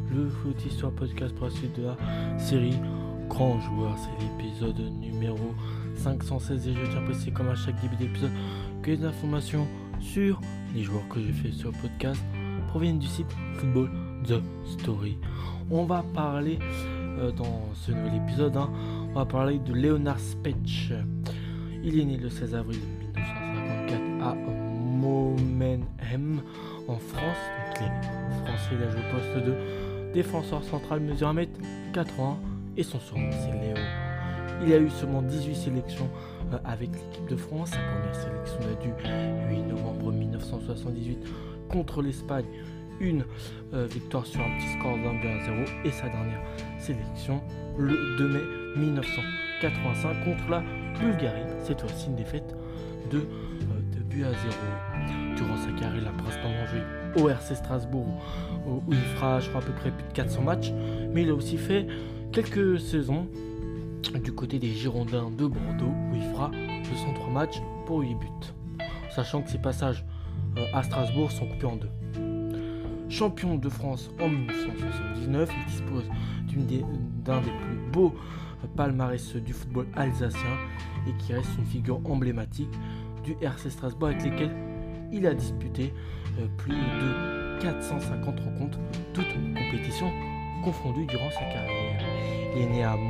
le Foot Histoire Podcast pour la suite de la série Grand Joueur. C'est l'épisode numéro 516 et je tiens à préciser comme à chaque début d'épisode que les informations sur les joueurs que j'ai fait sur le podcast proviennent du site Football The Story. On va parler dans ce nouvel épisode, on va parler de Leonard Spetsch. Il est né le 16 avril 1954 à Momenheim en France. Donc, il est français, il a joué au poste de défenseur central, mesure 1m80 et son surnom c'est Léo. Il a eu seulement 18 sélections avec l'équipe de France. Sa première sélection date du 8 novembre 1978 contre l'Espagne. Une victoire sur un petit score d'1-0 et sa dernière sélection le 2 mai 1985 contre la Bulgarie. Cette fois-ci une défaite de 2 buts à 0. Durant sa carrière, il a principalement joué au RC Strasbourg où il fera, je crois, à peu près plus de 400 matchs. Mais il a aussi fait quelques saisons du côté des Girondins de Bordeaux où il fera 203 matchs pour 8 buts. Sachant que ses passages à Strasbourg sont coupés en deux. Champion de France en 1979, il dispose d'un des plus beaux palmarès du football alsacien et qui reste une figure emblématique du RC Strasbourg avec lesquels il a disputé plus de 450 rencontres, toutes compétitions confondues durant sa carrière. Il est né à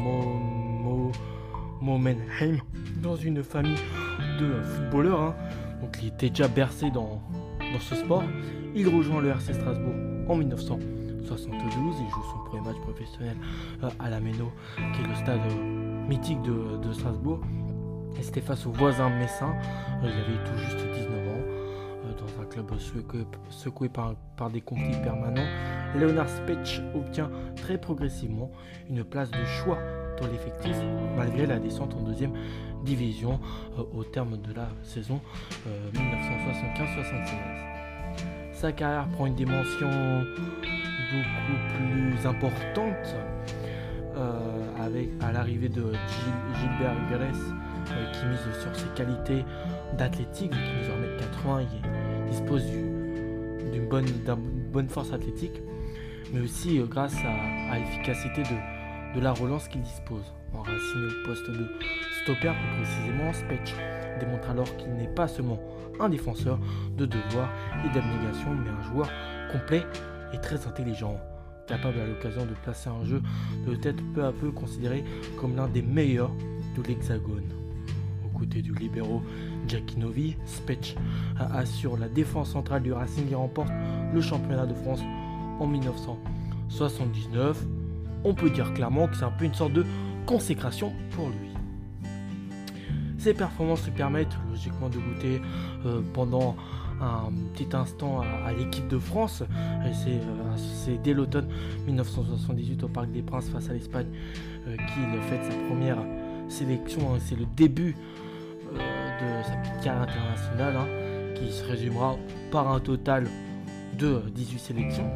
Momenheim dans une famille de footballeurs, donc il était déjà bercé dans ce sport. Il rejoint le RC Strasbourg en 1972 et joue son premier match professionnel à la Méno, qui est le stade mythique de Strasbourg. Et c'était face aux voisins messins. Il avait tout juste 19 ans, dans un club secoué par des conflits permanents. Leonard Spetsch obtient très progressivement une place de choix dans l'effectif, malgré la descente en deuxième division au terme de la saison 1975-76. Sa carrière prend une dimension beaucoup plus importante à l'arrivée de Gilbert Gress qui mise sur ses qualités d'athlétique, qui mesure 1m80, il dispose d'une bonne force athlétique, mais aussi grâce à l'efficacité de la relance qu'il dispose. Enraciné au poste de stopper plus précisément, Spetsch démontre alors qu'il n'est pas seulement un défenseur de devoir et d'abnégation, mais un joueur complet et très intelligent, capable à l'occasion de placer un jeu de tête peu à peu considéré comme l'un des meilleurs de l'Hexagone. Aux côtés du libéro Giacchinovi, Spetsch assure la défense centrale du Racing et remporte le championnat de France en 1979. On peut dire clairement que c'est un peu une sorte de consécration pour lui. Ces performances lui permettent logiquement de goûter pendant un petit instant à l'équipe de France. Et c'est dès l'automne 1978 au Parc des Princes face à l'Espagne qu'il fait sa première sélection. C'est le début de sa petite carrière internationale qui se résumera par un total de 18 sélections.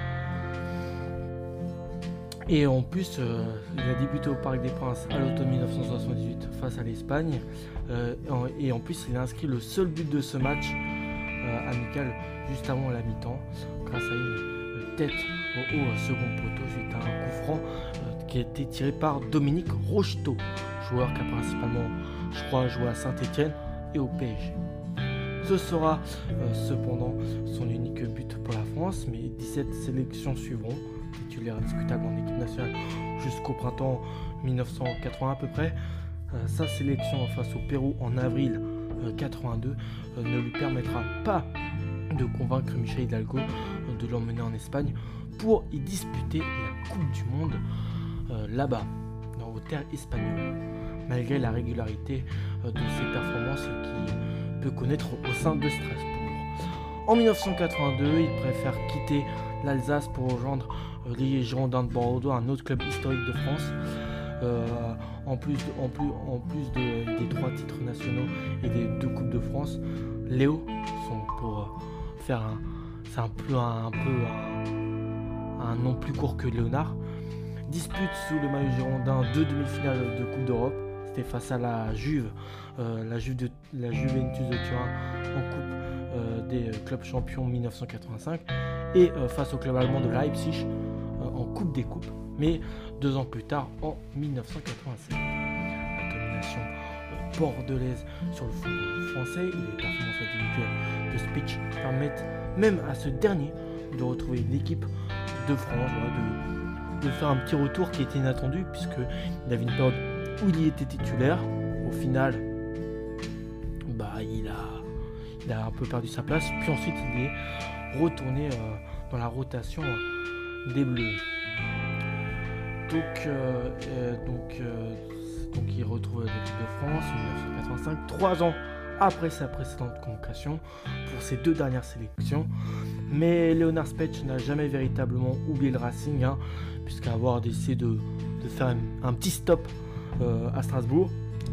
Et en plus, il a débuté au Parc des Princes à l'automne 1978 face à l'Espagne. Et en plus, il a inscrit le seul but de ce match amical juste avant la mi-temps, grâce à une tête au second poteau suite à un coup franc qui a été tiré par Dominique Rocheteau, joueur qui a principalement, je crois, joué à Saint-Etienne et au PSG. Ce sera cependant son unique but pour la France, mais 17 sélections suivront. Titulaire indiscutable en équipe nationale jusqu'au printemps 1980 à peu près. Sa sélection face au Pérou en avril 82 ne lui permettra pas de convaincre Michel Hidalgo de l'emmener en Espagne pour y disputer la Coupe du Monde là-bas, aux terres espagnoles, malgré la régularité de ses performances qu'il peut connaître au sein de Strasbourg. En 1982, il préfère quitter l'Alsace pour rejoindre les Girondins de Bordeaux, un autre club historique de France. En plus des 3 titres nationaux et des 2 coupes de France, Léo, c'est un peu un nom plus court que Léonard, dispute sous le maillot girondin 2 demi-finales de Coupe d'Europe. C'était face à la Juve, la Juventus de Turin en Coupe des clubs champions 1985 et face au club allemand de Leipzig en Coupe des Coupes, mais 2 ans plus tard, en 1987. La domination bordelaise sur le football français et les performances individuelles de Speech permettent même à ce dernier de retrouver l'équipe de France, de faire un petit retour qui était inattendu, puisqu'il avait une période où il y était titulaire. Au final, il a un peu perdu sa place, puis ensuite il est retourné dans la rotation des Bleus. Donc il retrouve l'équipe de France en 1985, 3 ans après sa précédente convocation pour ses 2 dernières sélections. Mais Léonard Specht n'a jamais véritablement oublié le Racing, puisqu'à avoir décidé de faire un petit stop à Strasbourg.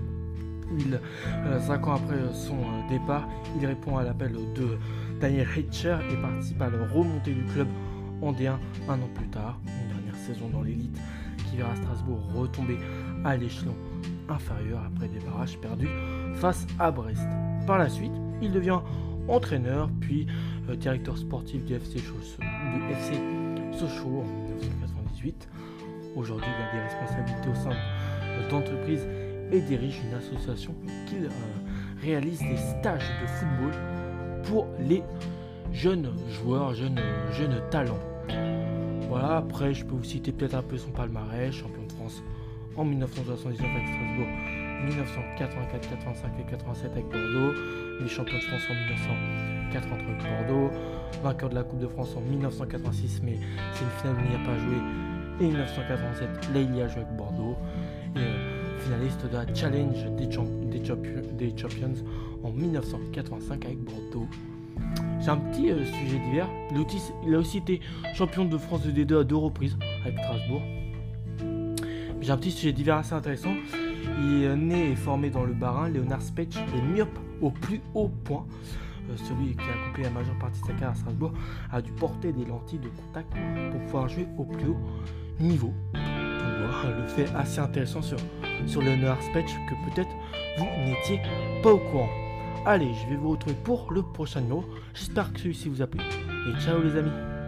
5 ans après son départ, il répond à l'appel de Daniel Heitscher et participe à la remontée du club en D1 un an plus tard. Une dernière saison dans l'élite qui verra Strasbourg retomber à l'échelon inférieur après des barrages perdus face à Brest. Par la suite, il devient entraîneur puis directeur sportif du FC Sochaux en 1998. Aujourd'hui, il a des responsabilités au sein d'entreprises et dirige une association qui réalise des stages de football pour les jeunes joueurs, jeunes talents. Voilà, après je peux vous citer peut-être un peu son palmarès: champion de France en 1979 avec Strasbourg, 1984, 85 et 87 avec Bordeaux, les champions de France en 1983 avec Bordeaux, vainqueur de la Coupe de France en 1986, mais c'est une finale où il n'y a pas joué, et 1987 là il y a joué avec Bordeaux, et finaliste de la Challenge des Champions en 1985 avec Bordeaux. J'ai un petit sujet divers. Il a aussi été champion de France de D2 à 2 reprises avec Strasbourg. J'ai un petit sujet divers assez intéressant. Il est né et formé dans le Bas-Rhin. Léonard Specht est myope au plus haut point. Celui qui a accompli la majeure partie de sa carrière à Strasbourg a dû porter des lentilles de contact pour pouvoir jouer au plus haut niveau. Voilà, le fait assez intéressant sur Léonard Specht que peut-être vous n'étiez pas au courant. Allez, je vais vous retrouver pour le prochain numéro. J'espère que celui-ci vous a plu. Et ciao les amis.